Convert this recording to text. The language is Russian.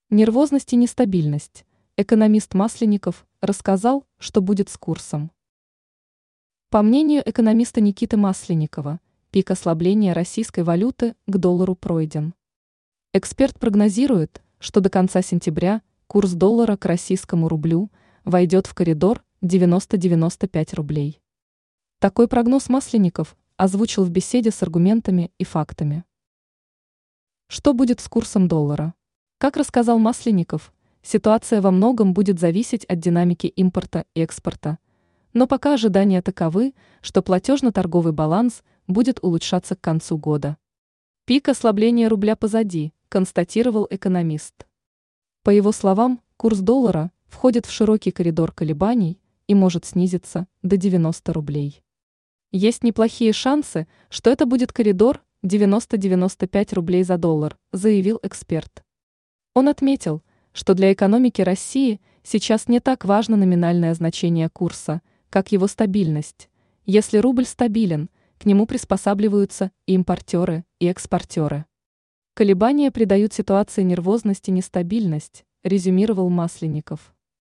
Нервозность и нестабильность. Экономист Масленников рассказал, что будет с курсом. По мнению экономиста Никиты Масленникова, пик ослабления российской валюты к доллару пройден. Эксперт прогнозирует, что до конца сентября курс доллара к российскому рублю войдет в коридор 90-95 рублей. Такой прогноз Масленников озвучил в беседе с аргументами и фактами. Что будет с курсом доллара? Как рассказал Масленников, ситуация во многом будет зависеть от динамики импорта и экспорта, но пока ожидания таковы, что платежно-торговый баланс будет улучшаться к концу года. Пик ослабления рубля позади, констатировал экономист. По его словам, курс доллара входит в широкий коридор колебаний и может снизиться до 90 рублей. Есть неплохие шансы, что это будет коридор 90-95 рублей за доллар, заявил эксперт. Он отметил, что для экономики России сейчас не так важно номинальное значение курса, как его стабильность. Если рубль стабилен, к нему приспосабливаются и импортеры, и экспортеры. Колебания придают ситуации нервозность и нестабильность, резюмировал Масленников.